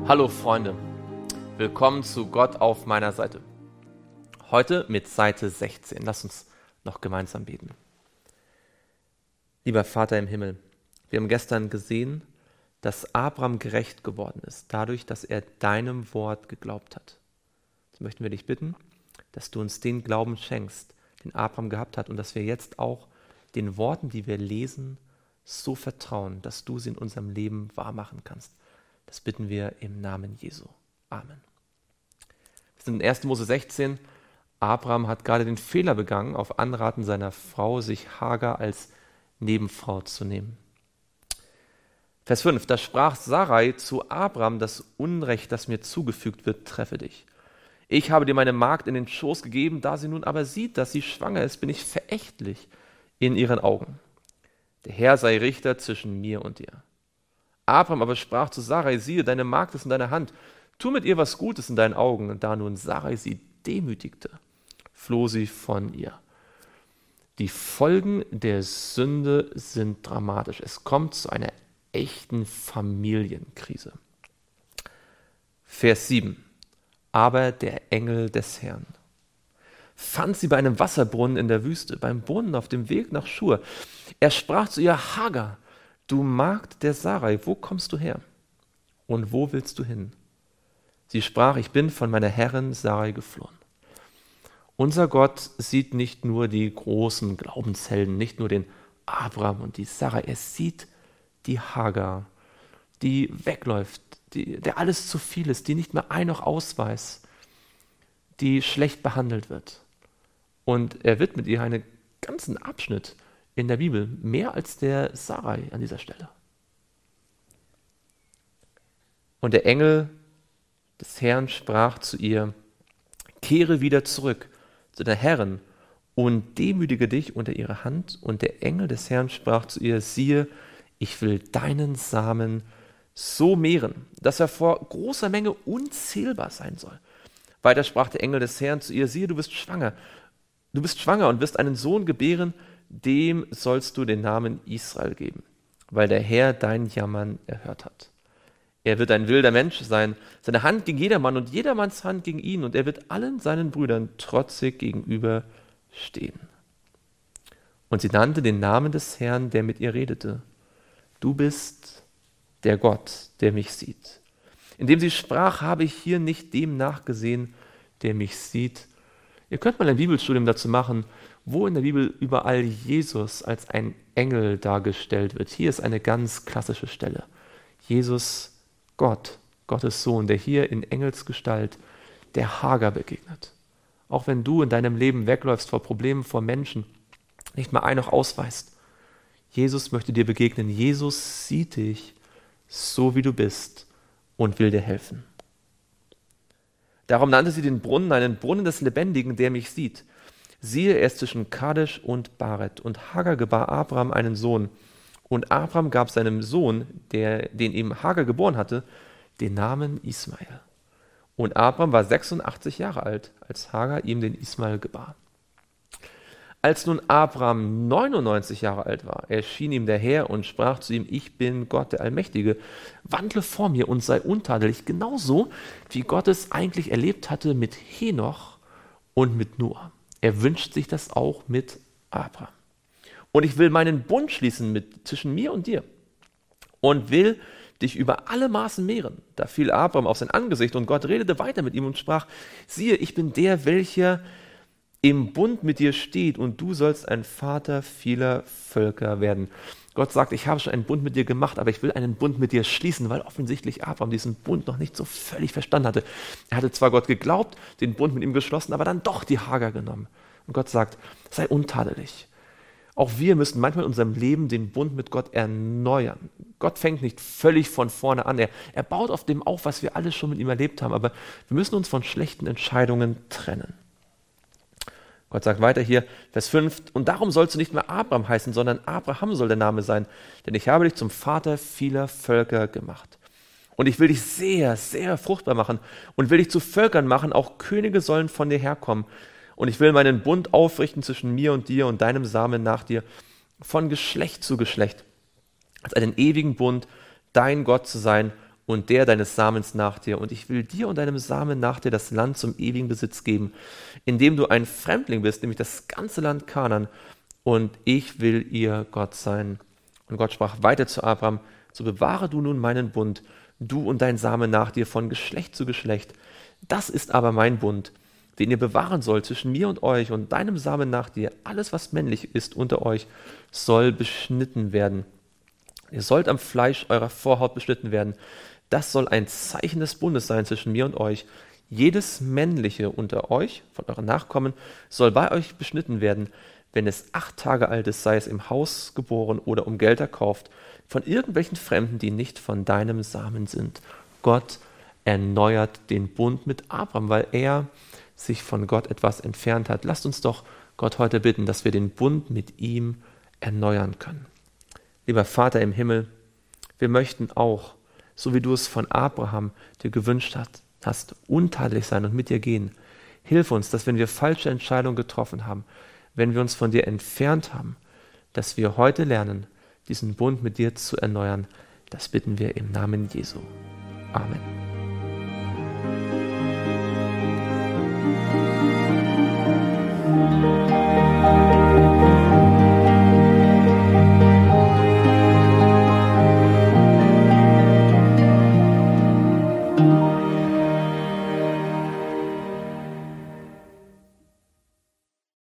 Hallo Freunde, willkommen zu Gott auf meiner Seite. Heute mit Seite 16. Lass uns noch gemeinsam beten. Lieber Vater im Himmel, wir haben gestern gesehen, dass Abraham gerecht geworden ist, dadurch, dass er deinem Wort geglaubt hat. Jetzt möchten wir dich bitten, dass du uns den Glauben schenkst, den Abraham gehabt hat, und dass wir jetzt auch den Worten, die wir lesen, so vertrauen, dass du sie in unserem Leben wahrmachen kannst. Das bitten wir im Namen Jesu. Amen. Wir sind in 1. Mose 16. Abraham hat gerade den Fehler begangen, auf Anraten seiner Frau, sich Hagar als Nebenfrau zu nehmen. Vers 5. Da sprach Sarai zu Abraham: Das Unrecht, das mir zugefügt wird, treffe dich. Ich habe dir meine Magd in den Schoß gegeben, da sie nun aber sieht, dass sie schwanger ist, bin ich verächtlich in ihren Augen. Der Herr sei Richter zwischen mir und dir. Abraham aber sprach zu Sarai: Siehe, deine Magd ist in deiner Hand, tu mit ihr was Gutes in deinen Augen. Und da nun Sarai sie demütigte, floh sie von ihr. Die Folgen der Sünde sind dramatisch. Es kommt zu einer echten Familienkrise. Vers 7. Aber der Engel des Herrn fand sie bei einem Wasserbrunnen in der Wüste, beim Brunnen auf dem Weg nach Schur. Er sprach zu ihr: Hagar, du Magd der Sarai, wo kommst du her? Und wo willst du hin? Sie sprach: Ich bin von meiner Herrin Sarai geflohen. Unser Gott sieht nicht nur die großen Glaubenshelden, nicht nur den Abraham und die Sarai, er sieht die Hagar, die wegläuft, der alles zu viel ist, die nicht mehr ein noch aus weiß, die schlecht behandelt wird. Und er widmet ihr einen ganzen Abschnitt in der Bibel, mehr als der Sarai an dieser Stelle. Und der Engel des Herrn sprach zu ihr: Kehre wieder zurück zu der Herrin und demütige dich unter ihre Hand. Und der Engel des Herrn sprach zu ihr: Siehe, ich will deinen Samen so mehren, dass er vor großer Menge unzählbar sein soll. Weiter sprach der Engel des Herrn zu ihr: Siehe, du bist schwanger und wirst einen Sohn gebären, dem sollst du den Namen Israel geben, weil der Herr dein Jammern erhört hat. Er wird ein wilder Mensch sein, seine Hand gegen jedermann und jedermanns Hand gegen ihn, und er wird allen seinen Brüdern trotzig gegenüber stehen. Und sie nannte den Namen des Herrn, der mit ihr redete: Du bist der Gott, der mich sieht. Indem sie sprach, habe ich hier nicht dem nachgesehen, der mich sieht. Ihr könnt mal ein Bibelstudium dazu machen, wo in der Bibel überall Jesus als ein Engel dargestellt wird. Hier ist eine ganz klassische Stelle. Jesus, Gott, Gottes Sohn, der hier in Engelsgestalt der Hagar begegnet. Auch wenn du in deinem Leben wegläufst vor Problemen, vor Menschen, nicht mal ein noch ausweist, Jesus möchte dir begegnen. Jesus sieht dich so, wie du bist, und will dir helfen. Darum nannte sie den Brunnen einen Brunnen des Lebendigen, der mich sieht. Siehe, er ist zwischen Kadesh und Baret. Und Hagar gebar Abraham einen Sohn. Und Abraham gab seinem Sohn, den ihm Hagar geboren hatte, den Namen Ismael. Und Abraham war 86 Jahre alt, als Hagar ihm den Ismael gebar. Als nun Abraham 99 Jahre alt war, erschien ihm der Herr und sprach zu ihm: Ich bin Gott, der Allmächtige. Wandle vor mir und sei untadelig, genauso wie Gott es eigentlich erlebt hatte mit Henoch und mit Noah. Er wünscht sich das auch mit Abraham. Und ich will meinen Bund schließen zwischen mir und dir und will dich über alle Maßen mehren. Da fiel Abraham auf sein Angesicht, und Gott redete weiter mit ihm und sprach: Siehe, ich bin der, welcher im Bund mit dir steht, und du sollst ein Vater vieler Völker werden. Gott sagt: Ich habe schon einen Bund mit dir gemacht, aber ich will einen Bund mit dir schließen, weil offensichtlich Abraham diesen Bund noch nicht so völlig verstanden hatte. Er hatte zwar Gott geglaubt, den Bund mit ihm geschlossen, aber dann doch die Hagar genommen. Und Gott sagt: Sei untadelig. Auch wir müssen manchmal in unserem Leben den Bund mit Gott erneuern. Gott fängt nicht völlig von vorne an. Er baut auf dem auf, was wir alles schon mit ihm erlebt haben, aber wir müssen uns von schlechten Entscheidungen trennen. Gott sagt weiter hier, Vers 5, und darum sollst du nicht mehr Abraham heißen, sondern Abraham soll der Name sein, denn ich habe dich zum Vater vieler Völker gemacht. Und ich will dich sehr, sehr fruchtbar machen und will dich zu Völkern machen, auch Könige sollen von dir herkommen. Und ich will meinen Bund aufrichten zwischen mir und dir und deinem Samen nach dir, von Geschlecht zu Geschlecht, als einen ewigen Bund, dein Gott zu sein und der deines Samens nach dir. Und ich will dir und deinem Samen nach dir das Land zum ewigen Besitz geben, in dem du ein Fremdling bist, nämlich das ganze Land Kanaan. Und ich will ihr Gott sein. Und Gott sprach weiter zu Abraham: So bewahre du nun meinen Bund, du und dein Same nach dir von Geschlecht zu Geschlecht. Das ist aber mein Bund, den ihr bewahren sollt zwischen mir und euch und deinem Samen nach dir. Alles, was männlich ist unter euch, soll beschnitten werden. Ihr sollt am Fleisch eurer Vorhaut beschnitten werden. Das soll ein Zeichen des Bundes sein zwischen mir und euch. Jedes Männliche unter euch, von euren Nachkommen, soll bei euch beschnitten werden, wenn es 8 Tage alt ist, sei es im Haus geboren oder um Geld erkauft, von irgendwelchen Fremden, die nicht von deinem Samen sind. Gott erneuert den Bund mit Abraham, weil er sich von Gott etwas entfernt hat. Lasst uns doch Gott heute bitten, dass wir den Bund mit ihm erneuern können. Lieber Vater im Himmel, wir möchten auch, so wie du es von Abraham dir gewünscht hast, untadelig sein und mit dir gehen. Hilf uns, dass wenn wir falsche Entscheidungen getroffen haben, wenn wir uns von dir entfernt haben, dass wir heute lernen, diesen Bund mit dir zu erneuern. Das bitten wir im Namen Jesu. Amen.